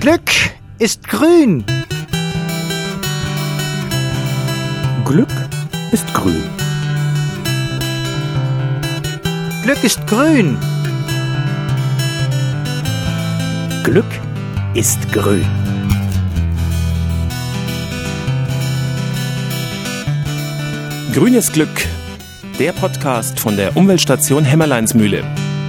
Glück ist grün. Glück ist grün. Glück ist grün. Glück ist grün. Grünes Glück, der Podcast von der Umweltstation Hämmerleinsmühle.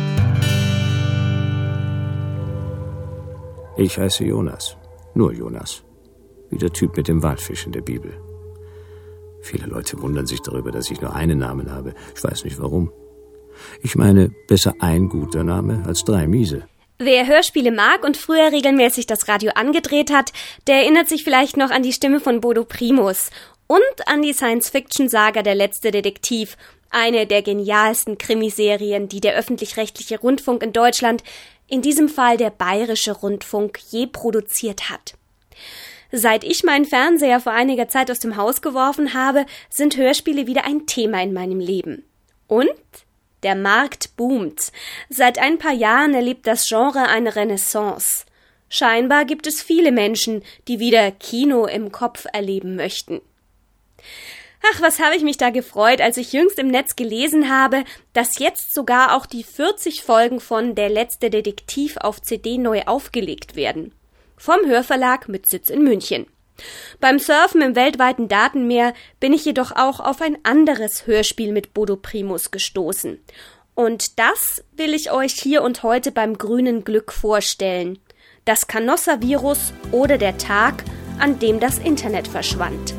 Ich heiße Jonas. Nur Jonas. Wie der Typ mit dem Walfisch in der Bibel. Viele Leute wundern sich darüber, dass ich nur einen Namen habe. Ich weiß nicht warum. Ich meine, besser ein guter Name als 3 miese. Wer Hörspiele mag und früher regelmäßig das Radio angedreht hat, der erinnert sich vielleicht noch an die Stimme von Bodo Primus und an die Science-Fiction-Saga Der letzte Detektiv, eine der genialsten Krimiserien, die der öffentlich-rechtliche Rundfunk in Deutschland, in diesem Fall der Bayerische Rundfunk, je produziert hat. Seit ich meinen Fernseher vor einiger Zeit aus dem Haus geworfen habe, sind Hörspiele wieder ein Thema in meinem Leben. Und der Markt boomt. Seit ein paar Jahren erlebt das Genre eine Renaissance. Scheinbar gibt es viele Menschen, die wieder Kino im Kopf erleben möchten. Ach, was habe ich mich da gefreut, als ich jüngst im Netz gelesen habe, dass jetzt sogar auch die 40 Folgen von Der letzte Detektiv auf CD neu aufgelegt werden. Vom Hörverlag mit Sitz in München. Beim Surfen im weltweiten Datenmeer bin ich jedoch auch auf ein anderes Hörspiel mit Bodo Primus gestoßen. Und das will ich euch hier und heute beim grünen Glück vorstellen. Das Canossa-Virus oder der Tag, an dem das Internet verschwand.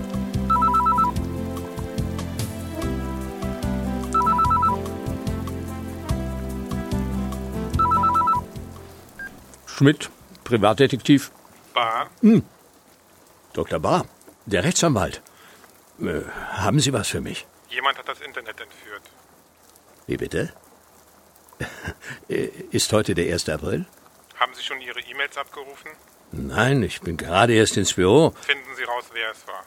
Schmidt, Privatdetektiv. Bar? Dr. Bar, der Rechtsanwalt. Haben Sie was für mich? Jemand hat das Internet entführt. Wie bitte? Ist heute der 1. April? Haben Sie schon Ihre E-Mails abgerufen? Nein, ich bin gerade erst ins Büro. Finden Sie raus, wer es war.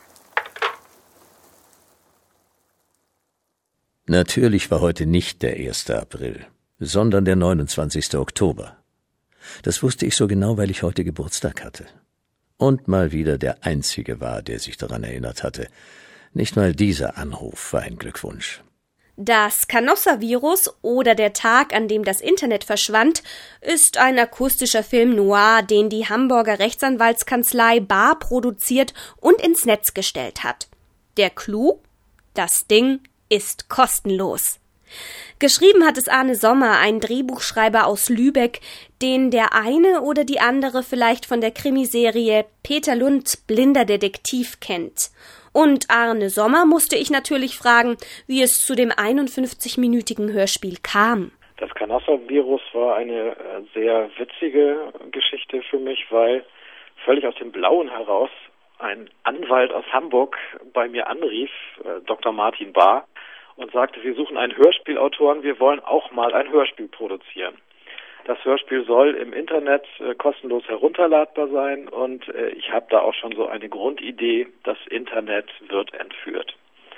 Natürlich war heute nicht der 1. April, sondern der 29. Oktober. Das wusste ich so genau, weil ich heute Geburtstag hatte. Und mal wieder der Einzige war, der sich daran erinnert hatte. Nicht mal dieser Anruf war ein Glückwunsch. Das Canossa-Virus oder der Tag, an dem das Internet verschwand, ist ein akustischer Film noir, den die Hamburger Rechtsanwaltskanzlei Bar produziert und ins Netz gestellt hat. Der Clou? Das Ding ist kostenlos. Geschrieben hat es Arne Sommer, ein Drehbuchschreiber aus Lübeck, den der eine oder die andere vielleicht von der Krimiserie Peter Lund, blinder Detektiv kennt. Und Arne Sommer musste ich natürlich fragen, wie es zu dem 51-minütigen Hörspiel kam. Das Canossa-Virus war eine sehr witzige Geschichte für mich, weil völlig aus dem Blauen heraus ein Anwalt aus Hamburg bei mir anrief, Dr. Martin Bahr, und sagte, wir suchen einen Hörspielautoren, wir wollen auch mal ein Hörspiel produzieren. Das Hörspiel soll im Internet kostenlos herunterladbar sein und ich habe da auch schon so eine Grundidee, das Internet wird entführt.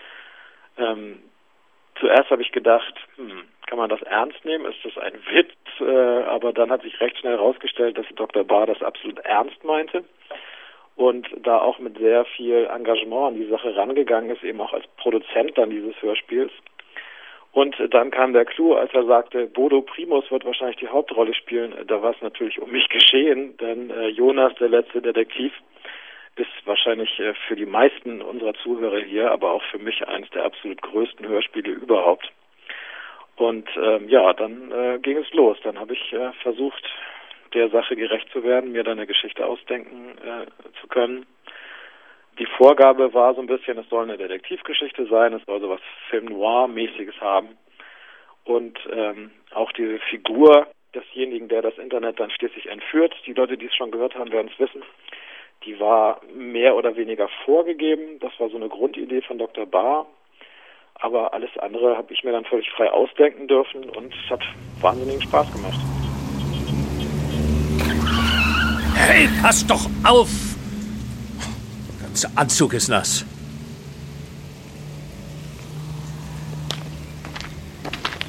Zuerst habe ich gedacht, kann man das ernst nehmen? Ist das ein Witz? Aber dann hat sich recht schnell herausgestellt, dass Dr. Bahr das absolut ernst meinte und da auch mit sehr viel Engagement an die Sache rangegangen ist, eben auch als Produzent dann dieses Hörspiels. Und dann kam der Clou, als er sagte, Bodo Primus wird wahrscheinlich die Hauptrolle spielen. Da war es natürlich um mich geschehen, denn Jonas, der letzte Detektiv, ist wahrscheinlich für die meisten unserer Zuhörer hier, aber auch für mich eines der absolut größten Hörspiele überhaupt. Und dann ging es los. Dann habe ich versucht, der Sache gerecht zu werden, mir dann eine Geschichte ausdenken zu können. Die Vorgabe war so ein bisschen, es soll eine Detektivgeschichte sein, es soll so was Film-Noir-mäßiges haben. Und auch diese Figur desjenigen, der das Internet dann schließlich entführt, die Leute, die es schon gehört haben, werden es wissen, die war mehr oder weniger vorgegeben. Das war so eine Grundidee von Dr. Bahr. Aber alles andere habe ich mir dann völlig frei ausdenken dürfen und es hat wahnsinnigen Spaß gemacht. Hey, pass doch auf! Der ganze Anzug ist nass.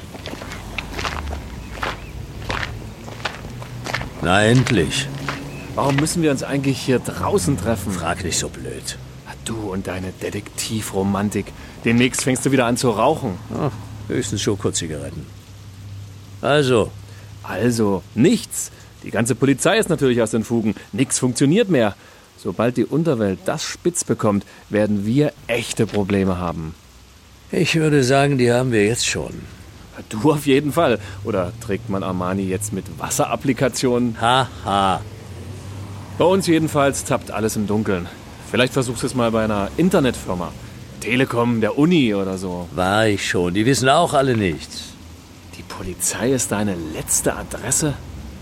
Na endlich. Warum müssen wir uns eigentlich hier draußen treffen? Frag nicht so blöd. Du und deine Detektivromantik. Demnächst fängst du wieder an zu rauchen. Oh, höchstens Schokozigaretten. Also, nichts. Die ganze Polizei ist natürlich aus den Fugen. Nichts funktioniert mehr. Sobald die Unterwelt das spitz bekommt, werden wir echte Probleme haben. ich würde sagen, die haben wir jetzt schon. Du auf jeden Fall. Oder trägt man Armani jetzt mit Wasserapplikationen? Haha. Bei uns jedenfalls tappt alles im Dunkeln. Vielleicht versuchst du es mal bei einer Internetfirma. Telekom, der Uni oder so. War ich schon. Die wissen auch alle nichts. Die Polizei ist deine letzte Adresse?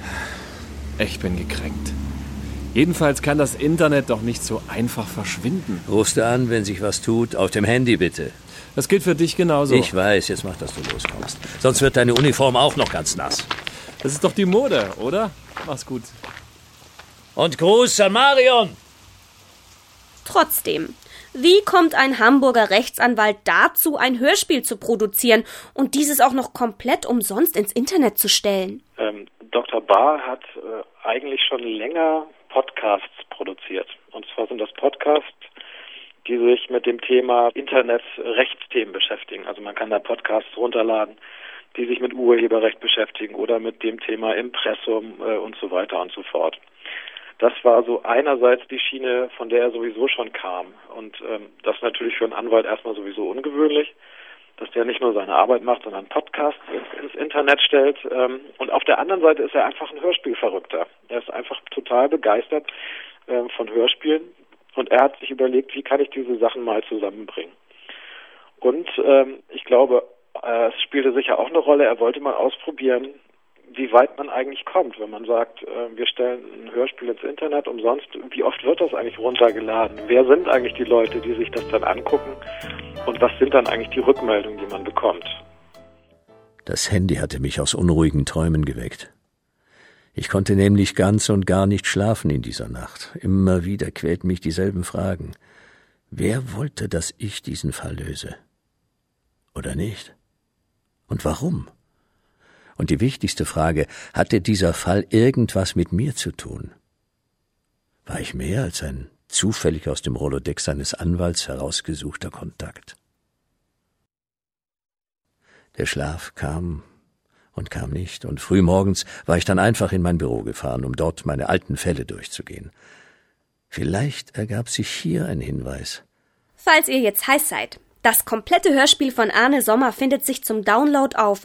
Ich bin gekränkt. Jedenfalls kann das Internet doch nicht so einfach verschwinden. Rufst du an, wenn sich was tut? Auf dem Handy bitte. Das gilt für dich genauso. Ich weiß, jetzt mach, dass du loskommst. Sonst wird deine Uniform auch noch ganz nass. Das ist doch die Mode, oder? Mach's gut. Und Gruß an Marion! Trotzdem, wie kommt ein Hamburger Rechtsanwalt dazu, ein Hörspiel zu produzieren und dieses auch noch komplett umsonst ins Internet zu stellen? Dr. Bahr hat eigentlich schon länger Podcasts produziert. Und zwar sind das Podcasts, die sich mit dem Thema Internet-Rechtsthemen beschäftigen. Also man kann da Podcasts runterladen, die sich mit Urheberrecht beschäftigen oder mit dem Thema Impressum und so weiter und so fort. Das war so einerseits die Schiene, von der er sowieso schon kam. Und das ist natürlich für einen Anwalt erstmal sowieso ungewöhnlich, dass der nicht nur seine Arbeit macht, sondern Podcasts ins Internet stellt. Und auf der anderen Seite ist er einfach ein Hörspielverrückter. Er ist einfach total begeistert von Hörspielen. Und er hat sich überlegt, wie kann ich diese Sachen mal zusammenbringen. Und ich glaube, es spielte sicher auch eine Rolle, er wollte mal ausprobieren, wie weit man eigentlich kommt, wenn man sagt, wir stellen ein Hörspiel ins Internet umsonst. Wie oft wird das eigentlich runtergeladen? Wer sind eigentlich die Leute, die sich das dann angucken? Und was sind dann eigentlich die Rückmeldungen, die man bekommt? Das Handy hatte mich aus unruhigen Träumen geweckt. Ich konnte nämlich ganz und gar nicht schlafen in dieser Nacht. Immer wieder quälten mich dieselben Fragen. Wer wollte, dass ich diesen Fall löse? Oder nicht? Und warum? Und die wichtigste Frage, hatte dieser Fall irgendwas mit mir zu tun? War ich mehr als ein zufällig aus dem Rolodex seines Anwalts herausgesuchter Kontakt? Der Schlaf kam und kam nicht, und frühmorgens war ich dann einfach in mein Büro gefahren, um dort meine alten Fälle durchzugehen. Vielleicht ergab sich hier ein Hinweis. Falls ihr jetzt heiß seid, das komplette Hörspiel von Arne Sommer findet sich zum Download auf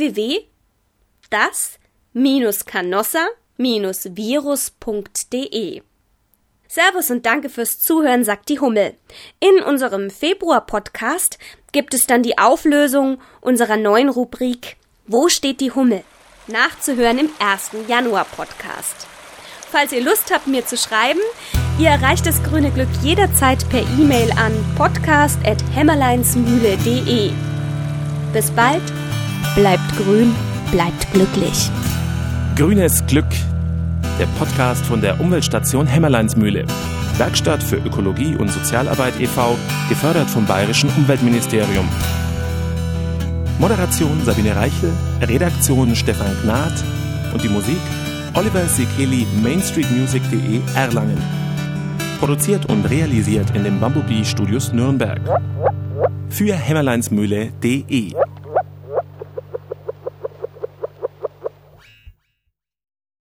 www.das-canossa-virus.de. Servus und danke fürs Zuhören, sagt die Hummel. In unserem Februar-Podcast gibt es dann die Auflösung unserer neuen Rubrik Wo steht die Hummel? Nachzuhören im 1. Januar-Podcast. Falls ihr Lust habt, mir zu schreiben, ihr erreicht das grüne Glück jederzeit per E-Mail an podcast@hämmerleinsmühle.de. Bis bald, bleibt grün, bleibt glücklich. Grünes Glück, der Podcast von der Umweltstation Hämmerleinsmühle. Werkstatt für Ökologie und Sozialarbeit e.V., gefördert vom Bayerischen Umweltministerium. Moderation Sabine Reichel, Redaktion Stefan Gnad und die Musik Oliver Sekeli, mainstreetmusic.de Erlangen. Produziert und realisiert in den Bumblebee Studios Nürnberg. Für hämmerleinsmühle.de